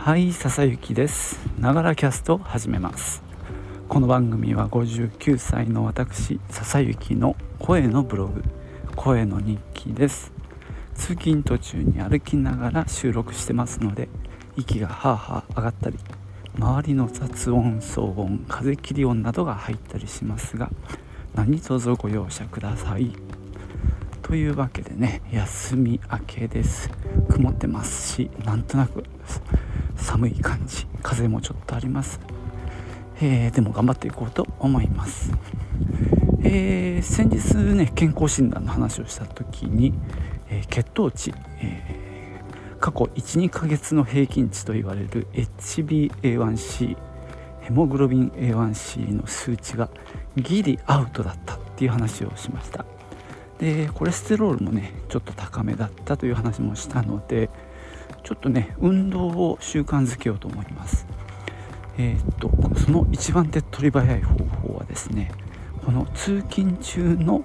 はい、ささゆきです。ながらキャストを始めます。この番組は59歳の私ささゆきの声のブログ、声の日記です。通勤途中に歩きながら収録してますので、息がはあはあ上がったり、周りの雑音、騒音、風切り音などが入ったりしますが、何卒ご容赦ください。というわけでね、休み明けです。曇ってますし、なんとなく寒い感じ、風もちょっとあります。でも頑張っていこうと思います。先日ね、健康診断の話をした時に、血糖値、過去 1,2 ヶ月の平均値と言われる HbA1c ヘモグロビン A1c の数値がギリアウトだったっていう話をしました。でコレステロールもねちょっと高めだったという話もしたので、ちょっとね運動を習慣づけようと思います。その一番手っ取り早い方法はですね、この通勤中の、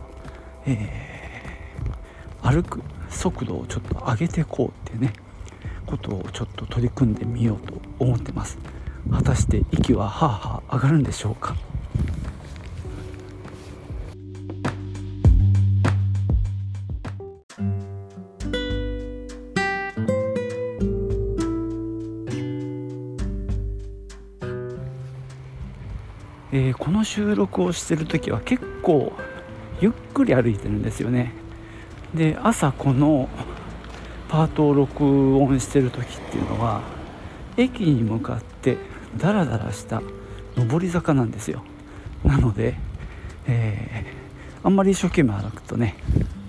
歩く速度をちょっと上げていこうっていうねことをちょっと取り組んでみようと思ってます。果たして息ははあはあ上がるんでしょうか。この収録をしてる時は結構ゆっくり歩いてるんですよね。で朝このパートを録音してる時っていうのは駅に向かってダラダラした上り坂なんですよ。なので、あんまり一生懸命歩くとね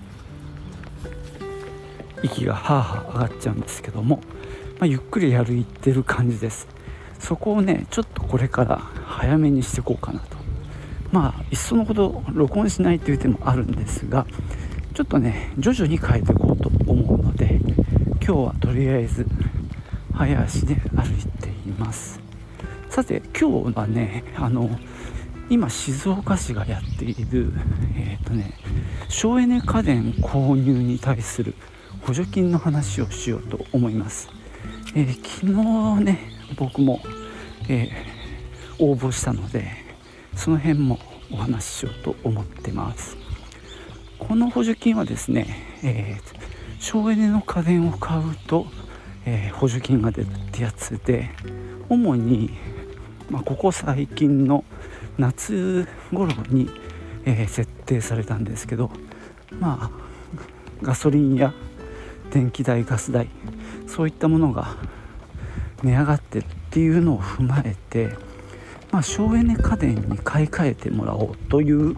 息がはあはあ上がっちゃうんですけども、ゆっくり歩いてる感じです。そこをねちょっとこれから早めにしていこうかなと。いっそのほど録音しないという手もあるんですが、ちょっとね徐々に変えていこうと思うので、今日はとりあえず早足で歩いています。さて今日はね今静岡市がやっている省エネ家電購入に対する補助金の話をしようと思います。昨日ね僕も、応募したのでその辺もお話ししようと思ってます。この補助金はですね、省エネの家電を買うと、補助金が出るってやつで、主に、ここ最近の夏頃に、設定されたんですけど、ガソリンや電気代ガス代そういったものが値上がってるっていうのを踏まえて、省エネ家電に買い替えてもらおうという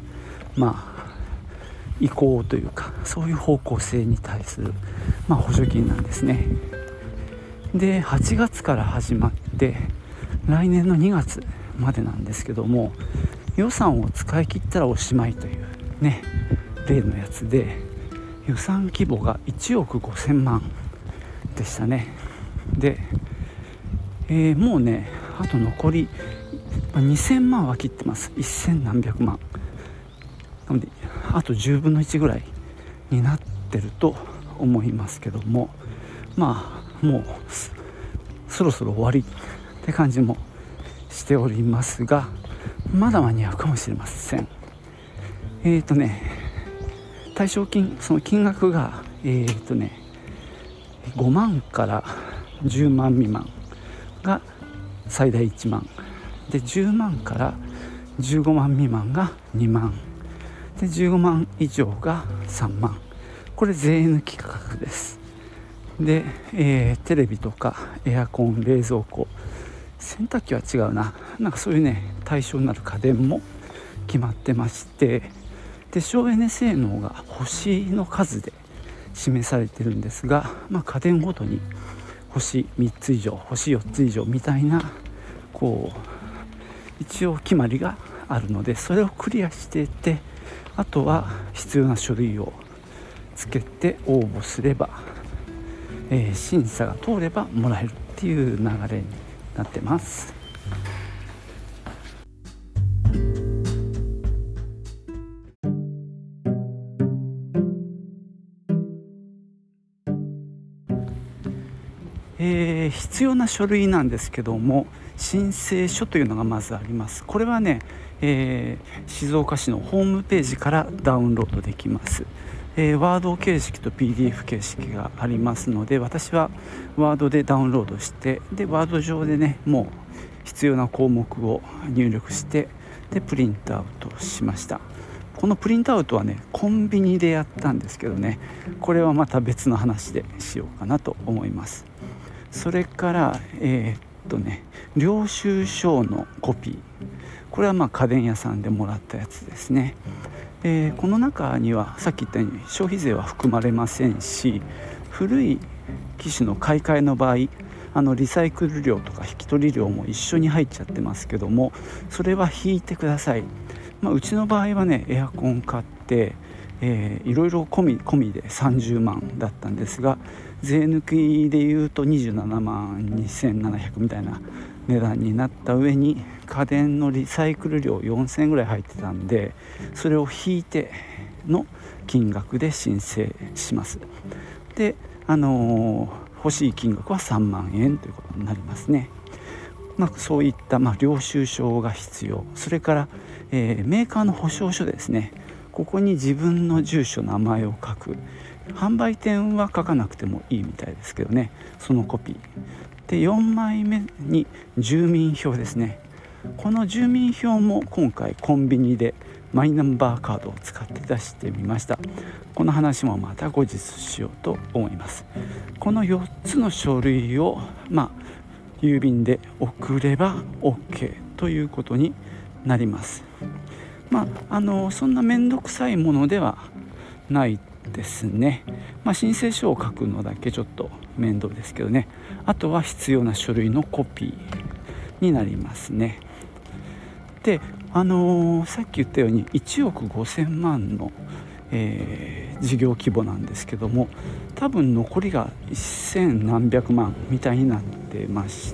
意向というか、そういう方向性に対する、補助金なんですね。で8月から始まって来年の2月までなんですけども、予算を使い切ったらおしまいというね例のやつで、予算規模が1億5000万でしたね。で、もうねあと残り2000万は切ってます。1000何百万なのであと10分の1ぐらいになってると思いますけども、もうそろそろ終わりって感じもしておりますが、まだ間に合うかもしれません。対象金、その金額が5万から10万未満が最大1万で、10万から15万未満が2万で、15万以上が3万。これ税抜き価格です。で、テレビとかエアコン、冷蔵庫、洗濯機は違うな、そういうね対象になる家電も決まってまして、で省エネ性能が星の数で示されてるんですが、家電ごとに星3つ以上星4つ以上みたいな一応決まりがあるので、それをクリアしていて、あとは必要な書類をつけて応募すれば、審査が通ればもらえるっていう流れになってます。 必要な書類なんですけども、申請書というのがまずあります。これはね、静岡市のホームページからダウンロードできます。ワード形式と PDF 形式がありますので、私はワードでダウンロードして、でワード上でね、もう必要な項目を入力して、でプリントアウトしました。このプリントアウトはね、コンビニでやったんですけどね、これはまた別の話でしようかなと思います。それから領収書のコピー、これは家電屋さんでもらったやつですね。この中にはさっき言ったように消費税は含まれませんし、古い機種の買い替えの場合、リサイクル料とか引き取り料も一緒に入っちゃってますけども、それは引いてください。うちの場合はね、エアコン買っていろいろ込みで30万だったんですが、税抜きでいうと27万2700みたいな値段になった上に、家電のリサイクル料4000円ぐらい入ってたんで、それを引いての金額で申請します。で、欲しい金額は3万円ということになりますね。そういった、領収書が必要。それから、メーカーの保証書ですね。ここに自分の住所名前を書く。販売店は書かなくてもいいみたいですけどね、そのコピーで、4枚目に住民票ですね。この住民票も今回コンビニでマイナンバーカードを使って出してみました。この話もまた後日しようと思います。この4つの書類を郵便で送れば OK ということになります。そんな面倒くさいものではないですね。申請書を書くのだけちょっと面倒ですけどね。あとは必要な書類のコピーになりますね。で、さっき言ったように1億5000万の、事業規模なんですけども、多分残りが1000何百万みたいになってまして、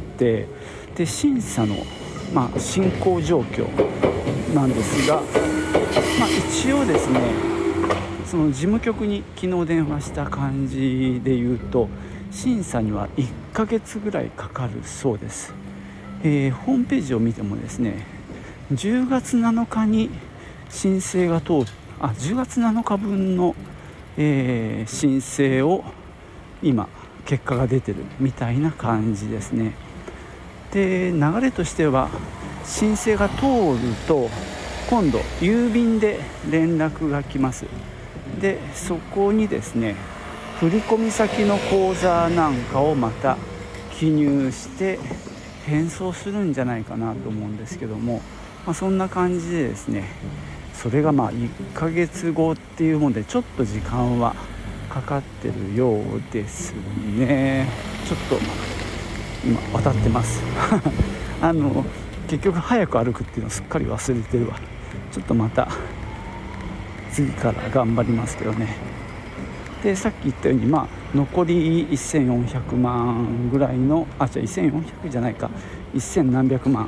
で審査の、進行状況なんですが、一応ですね、その事務局に昨日電話した感じで言うと、審査には1ヶ月ぐらいかかるそうです。ホームページを見てもですね、10月7日に申請が10月7日分の、申請を今結果が出てるみたいな感じですね。で、流れとしては申請が通ると今度郵便で連絡が来ます。でそこにですね、振込先の口座なんかをまた記入して返送するんじゃないかなと思うんですけども、そんな感じでですね、それが1ヶ月後っていうものでちょっと時間はかかってるようですね。ちょっと今渡ってます結局早く歩くっていうのをすっかり忘れてるわ。ちょっとまた次から頑張りますけどね。でさっき言ったように残り1400万ぐらいの1400じゃないか1000何百万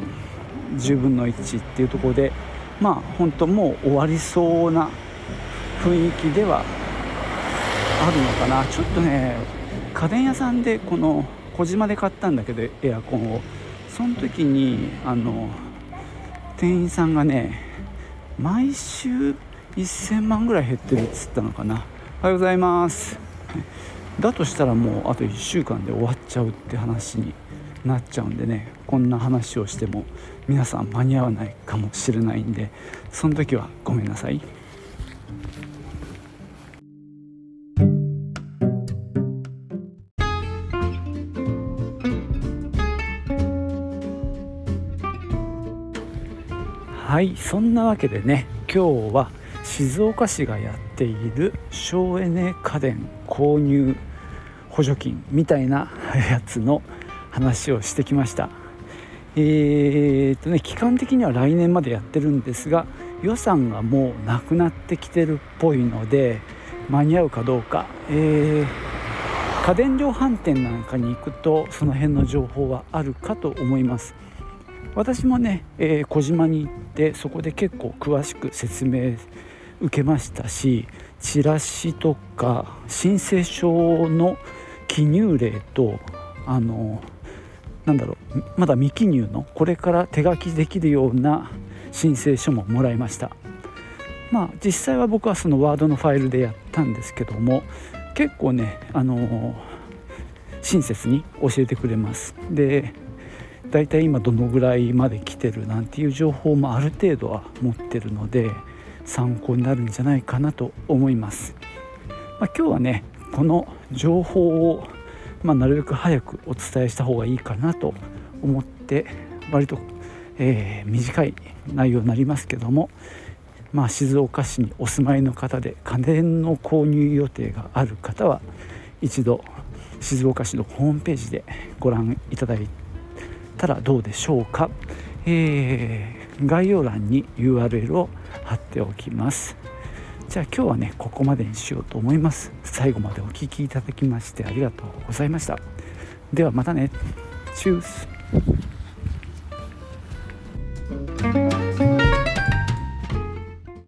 10分の1っていうところで、本当もう終わりそうな雰囲気ではあるのかな。ちょっとね、家電屋さんでこの小島で買ったんだけどエアコンを、その時に店員さんがね、毎週1000万ぐらい減ってるっつったのかな。おはようございます。だとしたらもうあと1週間で終わっちゃうって話になっちゃうんでね、こんな話をしても皆さん間に合わないかもしれないんで、その時はごめんなさい。はい、そんなわけでね、今日は静岡市がやっている省エネ家電購入補助金みたいなやつの話をしてきました。期間的には来年までやってるんですが、予算がもうなくなってきてるっぽいので間に合うかどうか、家電量販店なんかに行くとその辺の情報はあるかと思います。私もね、小島に行ってそこで結構詳しく説明受けましたし、チラシとか申請書の記入例とまだ未記入のこれから手書きできるような申請書ももらいました。実際は僕はそのワードのファイルでやったんですけども、結構ね親切に教えてくれます。でだいたい今どのぐらいまで来てるなんていう情報もある程度は持ってるので参考になるんじゃないかなと思います。今日はねこの情報をなるべく早くお伝えした方がいいかなと思って割と、短い内容になりますけども、静岡市にお住まいの方で家電の購入予定がある方は一度静岡市のホームページでご覧いただいたらどうでしょうか。概要欄に URL を貼っておきます。じゃあ今日はねここまでにしようと思います。最後までお聞きいただきましてありがとうございました。ではまたね。チュース。